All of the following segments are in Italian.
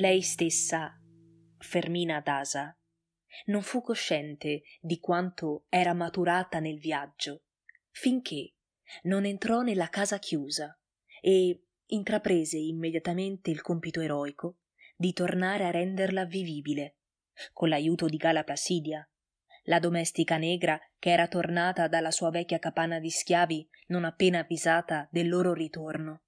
Lei stessa, Fermina Dasa, non fu cosciente di quanto era maturata nel viaggio, finché non entrò nella casa chiusa e intraprese immediatamente il compito eroico di tornare a renderla vivibile, con l'aiuto di Gala Placidia, la domestica negra che era tornata dalla sua vecchia capanna di schiavi non appena avvisata del loro ritorno.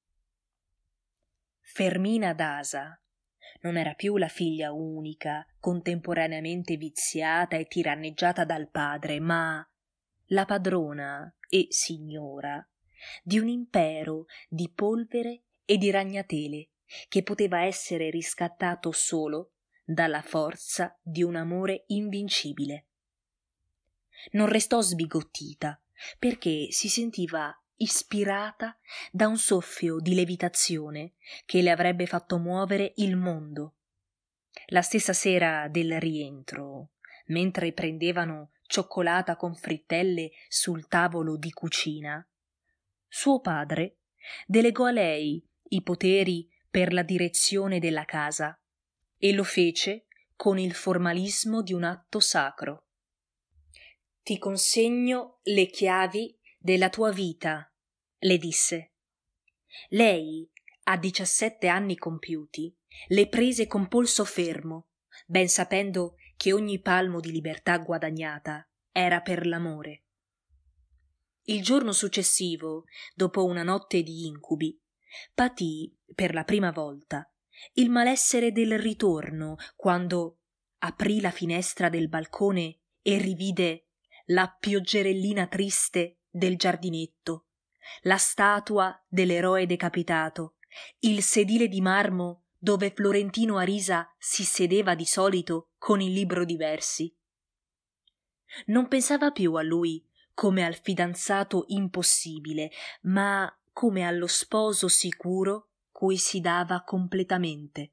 Fermina Dasa non era più la figlia unica, contemporaneamente viziata e tiranneggiata dal padre, ma la padrona e signora di un impero di polvere e di ragnatele che poteva essere riscattato solo dalla forza di un amore invincibile. Non restò sbigottita perché si sentiva ispirata da un soffio di levitazione che le avrebbe fatto muovere il mondo. La stessa sera del rientro, mentre prendevano cioccolata con frittelle sul tavolo di cucina, suo padre delegò a lei i poteri per la direzione della casa e lo fece con il formalismo di un atto sacro. «Ti consegno le chiavi della tua vita», le disse. Lei, a 17 anni compiuti, le prese con polso fermo, ben sapendo che ogni palmo di libertà guadagnata era per l'amore. Il giorno successivo, dopo una notte di incubi, patì per la prima volta il malessere del ritorno quando aprì la finestra del balcone e rivide la pioggerellina triste del giardinetto, la statua dell'eroe decapitato, il sedile di marmo dove Florentino Arisa si sedeva di solito con il libro di versi. Non pensava più a lui come al fidanzato impossibile, ma come allo sposo sicuro cui si dava completamente.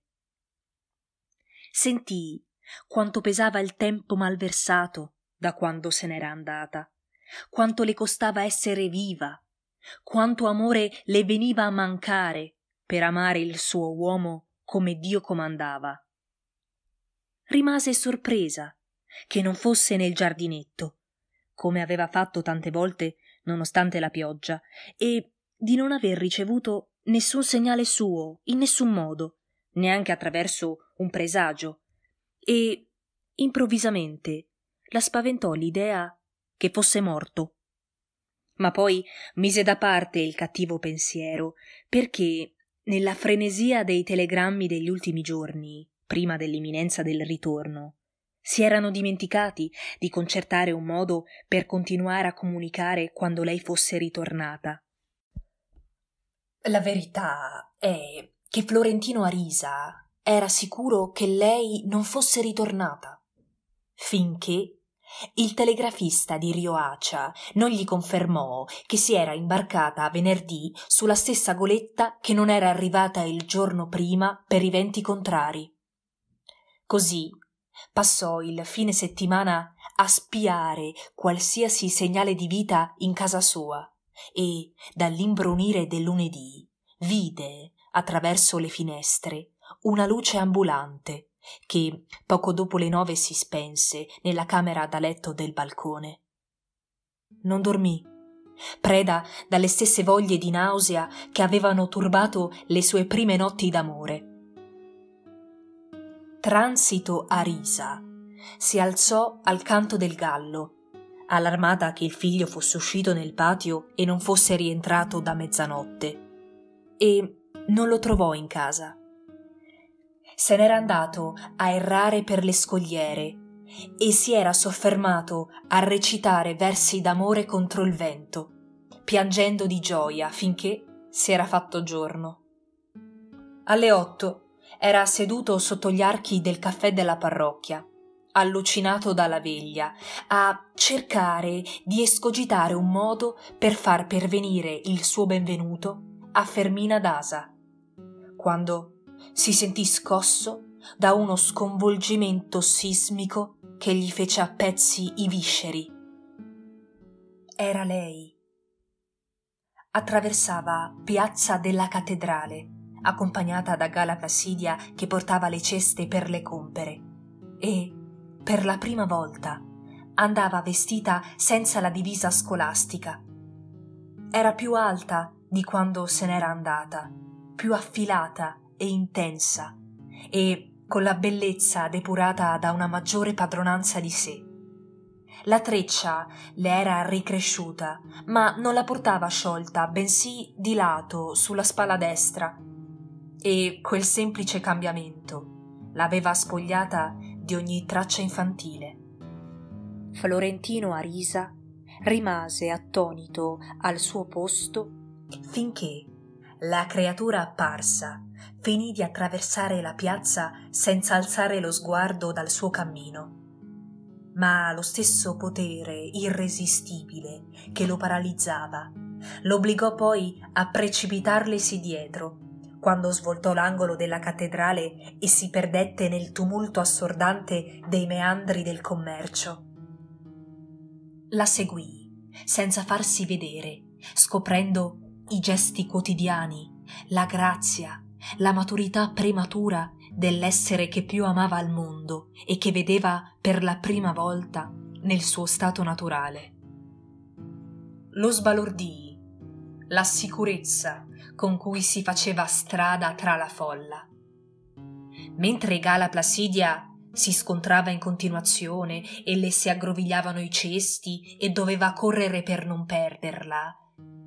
Sentì quanto pesava il tempo malversato da quando se n'era andata, quanto le costava essere viva, quanto amore le veniva a mancare per amare il suo uomo come Dio comandava. Rimase sorpresa che non fosse nel giardinetto, come aveva fatto tante volte nonostante la pioggia, e di non aver ricevuto nessun segnale suo in nessun modo, neanche attraverso un presagio, e improvvisamente la spaventò l'idea che fosse morto. Ma poi mise da parte il cattivo pensiero, perché nella frenesia dei telegrammi degli ultimi giorni, prima dell'imminenza del ritorno, si erano dimenticati di concertare un modo per continuare a comunicare quando lei fosse ritornata. La verità è che Florentino Arisa era sicuro che lei non fosse ritornata, finché il telegrafista di Rioacia non gli confermò che si era imbarcata venerdì sulla stessa goletta che non era arrivata il giorno prima per i venti contrari. Così passò il fine settimana a spiare qualsiasi segnale di vita in casa sua e, dall'imbrunire del lunedì, vide, attraverso le finestre, una luce ambulante che poco dopo le 9 si spense nella camera da letto del balcone. Non dormì, preda dalle stesse voglie di nausea che avevano turbato le sue prime notti d'amore. Transito Arisa si alzò al canto del gallo, allarmata che il figlio fosse uscito nel patio e non fosse rientrato da mezzanotte, e non lo trovò in casa. Se n'era andato a errare per le scogliere e si era soffermato a recitare versi d'amore contro il vento, piangendo di gioia finché si era fatto giorno. Alle 8 era seduto sotto gli archi del caffè della parrocchia, allucinato dalla veglia, a cercare di escogitare un modo per far pervenire il suo benvenuto a Fermina Dasa, quando si sentì scosso da uno sconvolgimento sismico che gli fece a pezzi i visceri. Era lei. Attraversava Piazza della Cattedrale, accompagnata da Gala Placidia che portava le ceste per le compere, e, per la prima volta, andava vestita senza la divisa scolastica. Era più alta di quando se n'era andata, più affilata e intensa, e con la bellezza depurata da una maggiore padronanza di sé. La treccia le era ricresciuta, ma non la portava sciolta, bensì di lato sulla spalla destra, e quel semplice cambiamento l'aveva spogliata di ogni traccia infantile. Florentino Arisa rimase attonito al suo posto finché la creatura apparsa finì di attraversare la piazza senza alzare lo sguardo dal suo cammino. Ma lo stesso potere irresistibile che lo paralizzava l'obbligò poi a precipitarlesi dietro, quando svoltò l'angolo della cattedrale e si perdette nel tumulto assordante dei meandri del commercio. La seguì, senza farsi vedere, scoprendo i gesti quotidiani, la grazia, la maturità prematura dell'essere che più amava al mondo e che vedeva per la prima volta nel suo stato naturale. Lo sbalordii, la sicurezza con cui si faceva strada tra la folla. Mentre Gala Placidia si scontrava in continuazione e le si aggrovigliavano i cesti e doveva correre per non perderla,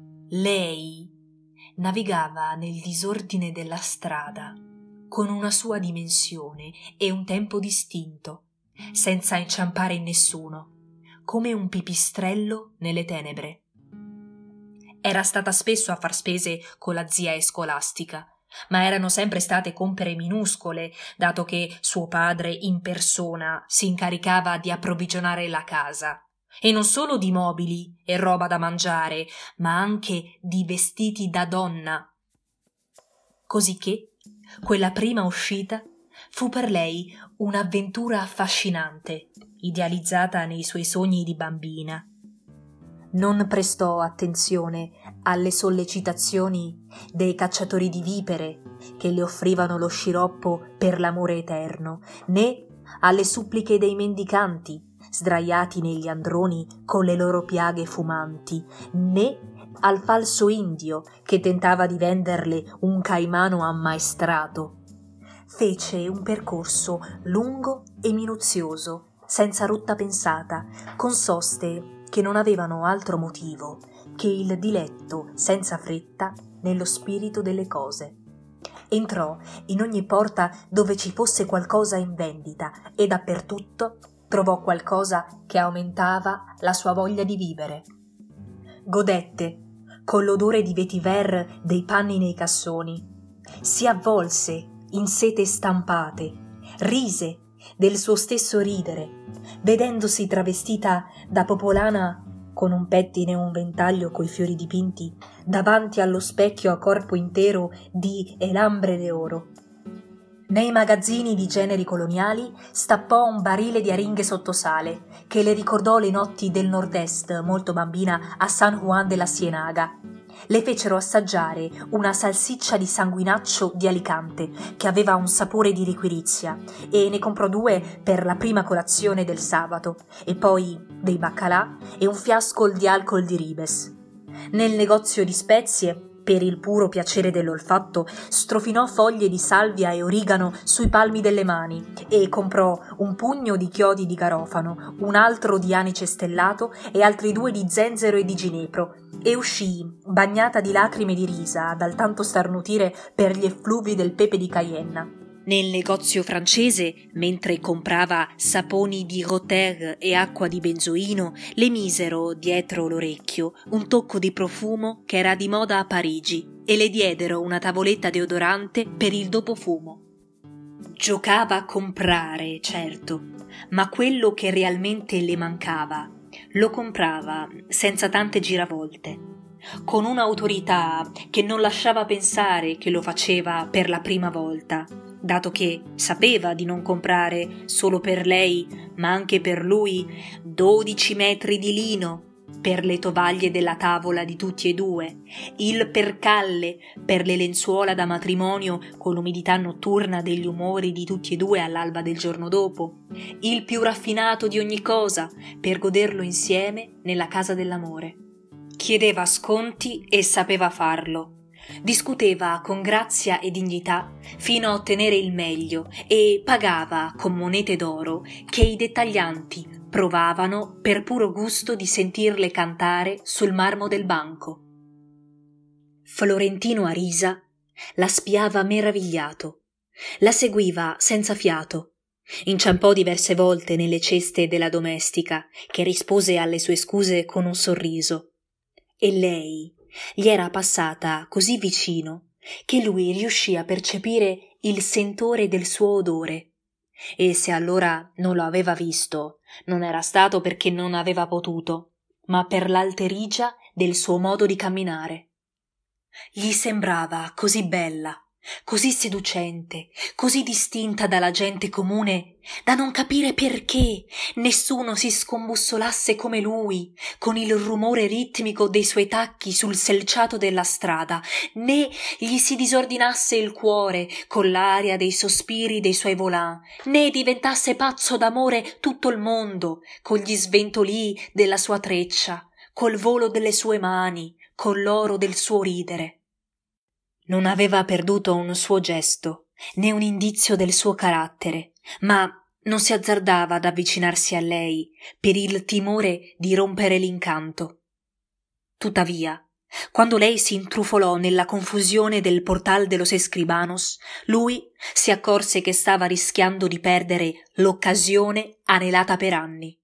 lei navigava nel disordine della strada con una sua dimensione e un tempo distinto, senza inciampare in nessuno, come un pipistrello nelle tenebre. Era stata spesso a far spese con la zia scolastica, ma erano sempre state compere minuscole, dato che suo padre in persona si incaricava di approvvigionare la casa, e non solo di mobili e roba da mangiare, ma anche di vestiti da donna. Cosicché quella prima uscita fu per lei un'avventura affascinante, idealizzata nei suoi sogni di bambina. Non prestò attenzione alle sollecitazioni dei cacciatori di vipere che le offrivano lo sciroppo per l'amore eterno, né alle suppliche dei mendicanti sdraiati negli androni con le loro piaghe fumanti, né al falso indio che tentava di venderle un caimano ammaestrato. Fece un percorso lungo e minuzioso, senza rotta pensata, con soste che non avevano altro motivo che il diletto senza fretta nello spirito delle cose. Entrò in ogni porta dove ci fosse qualcosa in vendita e dappertutto trovò qualcosa che aumentava la sua voglia di vivere. Godette con l'odore di vetiver dei panni nei cassoni, si avvolse in sete stampate, rise del suo stesso ridere, vedendosi travestita da popolana con un pettine e un ventaglio coi fiori dipinti davanti allo specchio a corpo intero di elambre d'oro. Nei magazzini di generi coloniali stappò un barile di aringhe sottosale che le ricordò le notti del nord-est molto bambina a San Juan de la Cienaga. Le fecero assaggiare una salsiccia di sanguinaccio di Alicante che aveva un sapore di liquirizia e ne comprò 2 per la prima colazione del sabato e poi dei baccalà e un fiasco di alcol di Ribes. Nel negozio di spezie, per il puro piacere dell'olfatto, strofinò foglie di salvia e origano sui palmi delle mani e comprò un pugno di chiodi di garofano, un altro di anice stellato e altri 2 di zenzero e di ginepro, e uscì bagnata di lacrime di risa dal tanto starnutire per gli effluvi del pepe di Cayenne. Nel negozio francese, mentre comprava saponi di Rotter e acqua di benzoino, le misero dietro l'orecchio un tocco di profumo che era di moda a Parigi e le diedero una tavoletta deodorante per il dopofumo. Giocava a comprare, certo, ma quello che realmente le mancava lo comprava senza tante giravolte, con un'autorità che non lasciava pensare che lo faceva per la prima volta, dato che sapeva di non comprare solo per lei, ma anche per lui, 12 metri di lino, per le tovaglie della tavola di tutti e due, il percalle per le lenzuola da matrimonio con l'umidità notturna degli umori di tutti e due all'alba del giorno dopo, il più raffinato di ogni cosa per goderlo insieme nella casa dell'amore. Chiedeva sconti e sapeva farlo. Discuteva con grazia e dignità fino a ottenere il meglio e pagava con monete d'oro che i dettaglianti provavano per puro gusto di sentirle cantare sul marmo del banco. Florentino Arisa la spiava meravigliato, la seguiva senza fiato, inciampò diverse volte nelle ceste della domestica, che rispose alle sue scuse con un sorriso, e lei gli era passata così vicino che lui riuscì a percepire il sentore del suo odore, e se allora non lo aveva visto, non era stato perché non aveva potuto, ma per l'alterigia del suo modo di camminare. Gli sembrava così bella, così seducente, così distinta dalla gente comune, da non capire perché nessuno si scombussolasse come lui, con il rumore ritmico dei suoi tacchi sul selciato della strada, né gli si disordinasse il cuore con l'aria dei sospiri dei suoi volants, né diventasse pazzo d'amore tutto il mondo, con gli sventolii della sua treccia, col volo delle sue mani, con l'oro del suo ridere. Non aveva perduto un suo gesto, né un indizio del suo carattere, ma non si azzardava ad avvicinarsi a lei per il timore di rompere l'incanto. Tuttavia, quando lei si intrufolò nella confusione del Portal de los Escribanos, lui si accorse che stava rischiando di perdere l'occasione anelata per anni.